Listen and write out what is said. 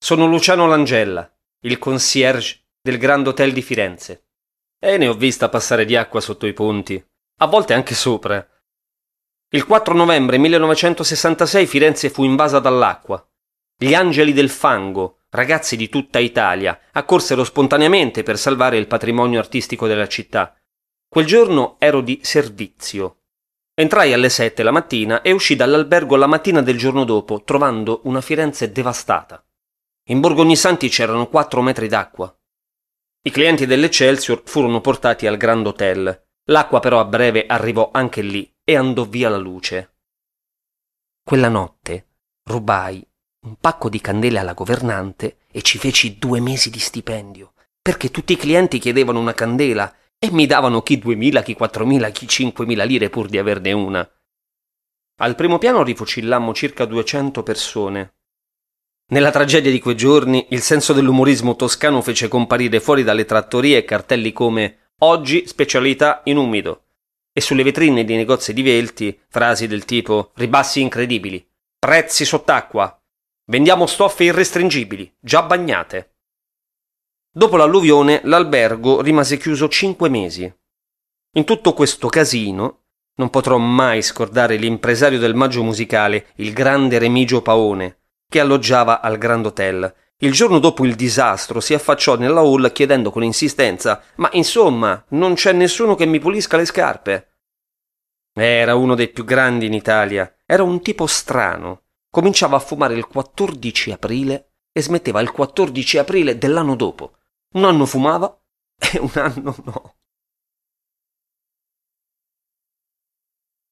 Sono Luciano Langella, il concierge del Grand Hotel di Firenze. E ne ho vista passare di acqua sotto i ponti, a volte anche sopra. Il 4 novembre 1966 Firenze fu invasa dall'acqua. Gli angeli del fango, ragazzi di tutta Italia, accorsero spontaneamente per salvare il patrimonio artistico della città. Quel giorno ero di servizio. Entrai alle 7 la mattina e uscì dall'albergo la mattina del giorno dopo, trovando una Firenze devastata. In Borgo Ognissanti c'erano 4 metri d'acqua. I clienti dell'Excelsior furono portati al Grand Hotel. L'acqua però a breve arrivò anche lì e andò via la luce. Quella notte rubai un pacco di candele alla governante e ci feci 2 mesi di stipendio, perché tutti i clienti chiedevano una candela e mi davano chi 2.000, chi 4.000, chi 5.000 lire pur di averne una. Al primo piano rifucillammo circa 200 persone. Nella tragedia di quei giorni il senso dell'umorismo toscano fece comparire fuori dalle trattorie cartelli come «Oggi specialità in umido» e sulle vetrine dei negozi di Velti frasi del tipo «Ribassi incredibili», «Prezzi sott'acqua», «Vendiamo stoffe irrestringibili, già bagnate». Dopo l'alluvione l'albergo rimase chiuso 5 mesi. In tutto questo casino non potrò mai scordare l'impresario del Maggio musicale, il grande Remigio Paone, che alloggiava al Grand Hotel. Il giorno dopo il disastro si affacciò nella hall chiedendo con insistenza «Ma insomma, non c'è nessuno che mi pulisca le scarpe?» Era uno dei più grandi in Italia, era un tipo strano. Cominciava a fumare il 14 aprile e smetteva il 14 aprile dell'anno dopo. Un anno fumava e un anno no.